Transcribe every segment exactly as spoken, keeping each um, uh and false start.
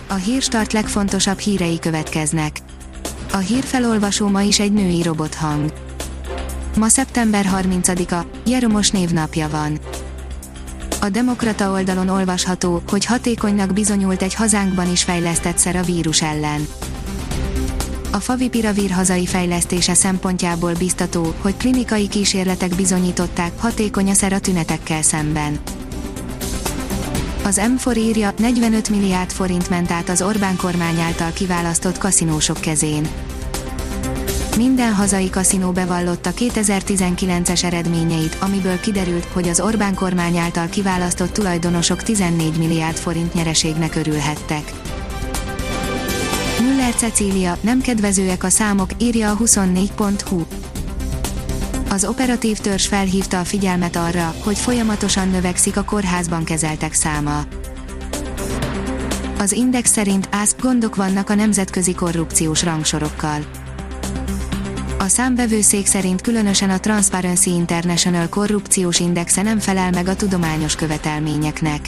A Hírstart legfontosabb hírei következnek. A hírfelolvasó ma is egy női robothang. Ma szeptember harmincadika, Jeromos névnapja van. A Demokrata oldalon olvasható, hogy hatékonynak bizonyult egy hazánkban is fejlesztett szer a vírus ellen. A Favipiravir hazai fejlesztése szempontjából biztató, hogy klinikai kísérletek bizonyították, hatékony a szer a tünetekkel szemben. Az M négy írja, negyvenöt milliárd forint ment át az Orbán kormány által kiválasztott kaszinósok kezén. Minden hazai kaszinó bevallotta kétezer-tizenkilences eredményeit, amiből kiderült, hogy az Orbán kormány által kiválasztott tulajdonosok tizennégy milliárd forint nyereségnek örülhettek. Müller Cecília, nem kedvezőek a számok, írja a huszonnégy pont hu. Az operatív törzs felhívta a figyelmet arra, hogy folyamatosan növekszik a kórházban kezeltek száma. Az Index szerint ász, gondok vannak a nemzetközi korrupciós rangsorokkal. A számvevőszék szerint különösen a Transparency International korrupciós indexe nem felel meg a tudományos követelményeknek.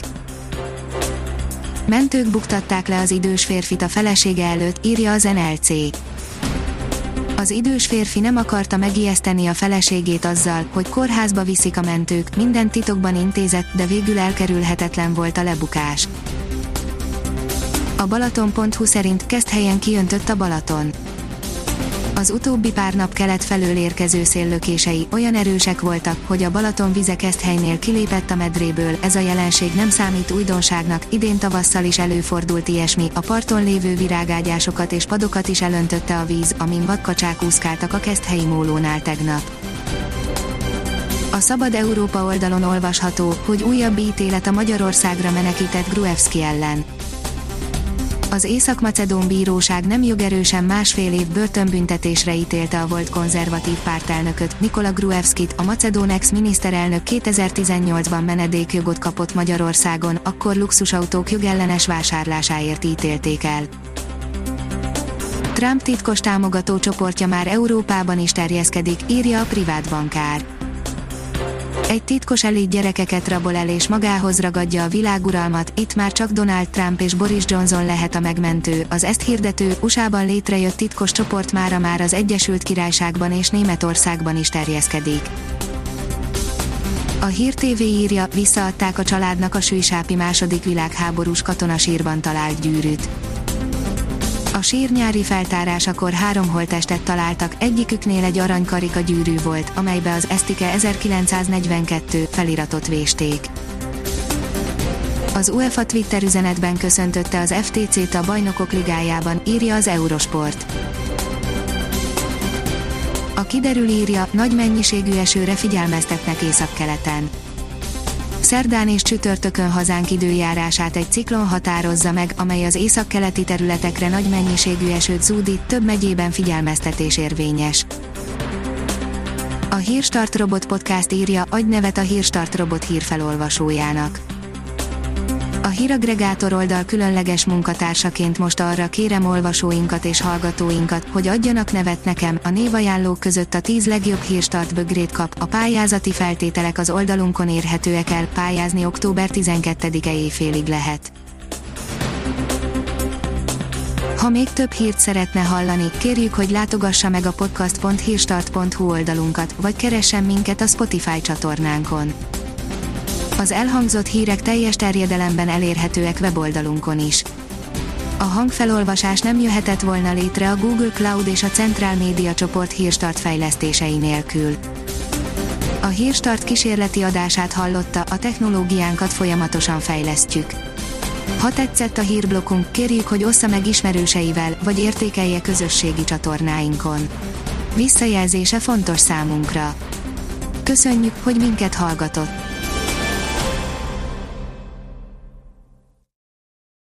Mentők buktatták le az idős férfit a felesége előtt, írja az en el cé. Az idős férfi nem akarta megijeszteni a feleségét azzal, hogy kórházba viszik a mentők, minden titokban intézett, de végül elkerülhetetlen volt a lebukás. A Balaton pont hu szerint Keszthelyen kiöntött a Balaton. Az utóbbi pár nap kelet felől érkező széllökései olyan erősek voltak, hogy a Balaton vize Keszthelynél kilépett a medréből. Ez a jelenség nem számít újdonságnak, idén tavasszal is előfordult ilyesmi, a parton lévő virágágyásokat és padokat is elöntötte a víz, amin vadkacsák úszkáltak a keszthelyi mólónál tegnap. A Szabad Európa oldalon olvasható, hogy újabb ítélet a Magyarországra menekített Gruevski ellen. Az Észak-Macedón bíróság nem jogerősen másfél év börtönbüntetésre ítélte a volt konzervatív pártelnököt, Nikola Gruevskit, a macedón ex-miniszterelnök kétezer-tizennyolcban menedékjogot kapott Magyarországon, akkor luxusautók jogellenes vásárlásáért ítélték el. Trump titkos támogató csoportja már Európában is terjeszkedik, írja a privát bankár. Egy titkos elit gyerekeket rabol el és magához ragadja a világuralmat, itt már csak Donald Trump és Boris Johnson lehet a megmentő. Az ezt hirdető, u es á-ban létrejött titkos csoport mára már az Egyesült Királyságban és Németországban is terjeszkedik. A Hír té vé írja, visszaadták a családnak a sűjsápi második világháborús katonasírban talált gyűrűt. A sír nyári feltárásakor három holttestet találtak, egyiküknél egy aranykarika gyűrű volt, amelybe az Esztike ezerkilencszáznegyvenkettő feliratot vésték. Az UEFA Twitter üzenetben köszöntötte az ef té cét a Bajnokok Ligájában, írja az Eurosport. A Kiderül írja, nagy mennyiségű esőre figyelmeztetnek északkeleten. Szerdán és csütörtökön hazánk időjárását egy ciklon határozza meg, amely az északkeleti területekre nagy mennyiségű esőt zúdít, több megyében figyelmeztetés érvényes. A Hírstart Robot Podcast írja, adj nevet a Hírstart Robot hírfelolvasójának. A híraggregátor oldal különleges munkatársaként most arra kérem olvasóinkat és hallgatóinkat, hogy adjanak nevet nekem, a névajánlók között a tíz legjobb Hírstart bögrét kap, a pályázati feltételek az oldalunkon érhetőek el, pályázni október tizenkettedike éjfélig lehet. Ha még több hírt szeretne hallani, kérjük, hogy látogassa meg a podcast pont hírstart pont hu oldalunkat, vagy keressen minket a Spotify csatornánkon. Az elhangzott hírek teljes terjedelemben elérhetőek weboldalunkon is. A hangfelolvasás nem jöhetett volna létre a Google Cloud és a Central Media csoport Hírstart fejlesztései nélkül. A Hírstart kísérleti adását hallotta, a technológiánkat folyamatosan fejlesztjük. Ha tetszett a hírblokkunk, kérjük, hogy ossza meg ismerőseivel, vagy értékelje közösségi csatornáinkon. Visszajelzése fontos számunkra. Köszönjük, hogy minket hallgatott!